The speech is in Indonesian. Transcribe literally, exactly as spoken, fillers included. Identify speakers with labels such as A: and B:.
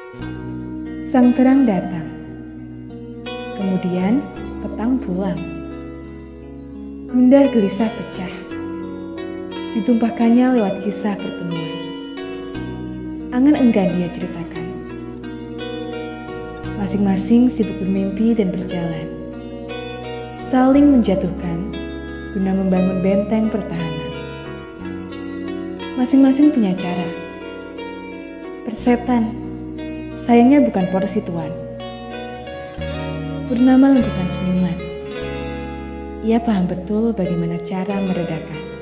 A: Sang terang datang, kemudian petang pulang. Gundah gelisah pecah, ditumpahkannya lewat kisah pertemuan. Angan enggan dia ceritakan. Masing-masing sibuk bermimpi dan berjalan, saling menjatuhkan guna membangun benteng pertahanan. Masing-masing punya cara. Persetan, sayangnya bukan porsi tuan. Purnama lengkukan senyuman. Ia paham betul bagaimana cara meredakan.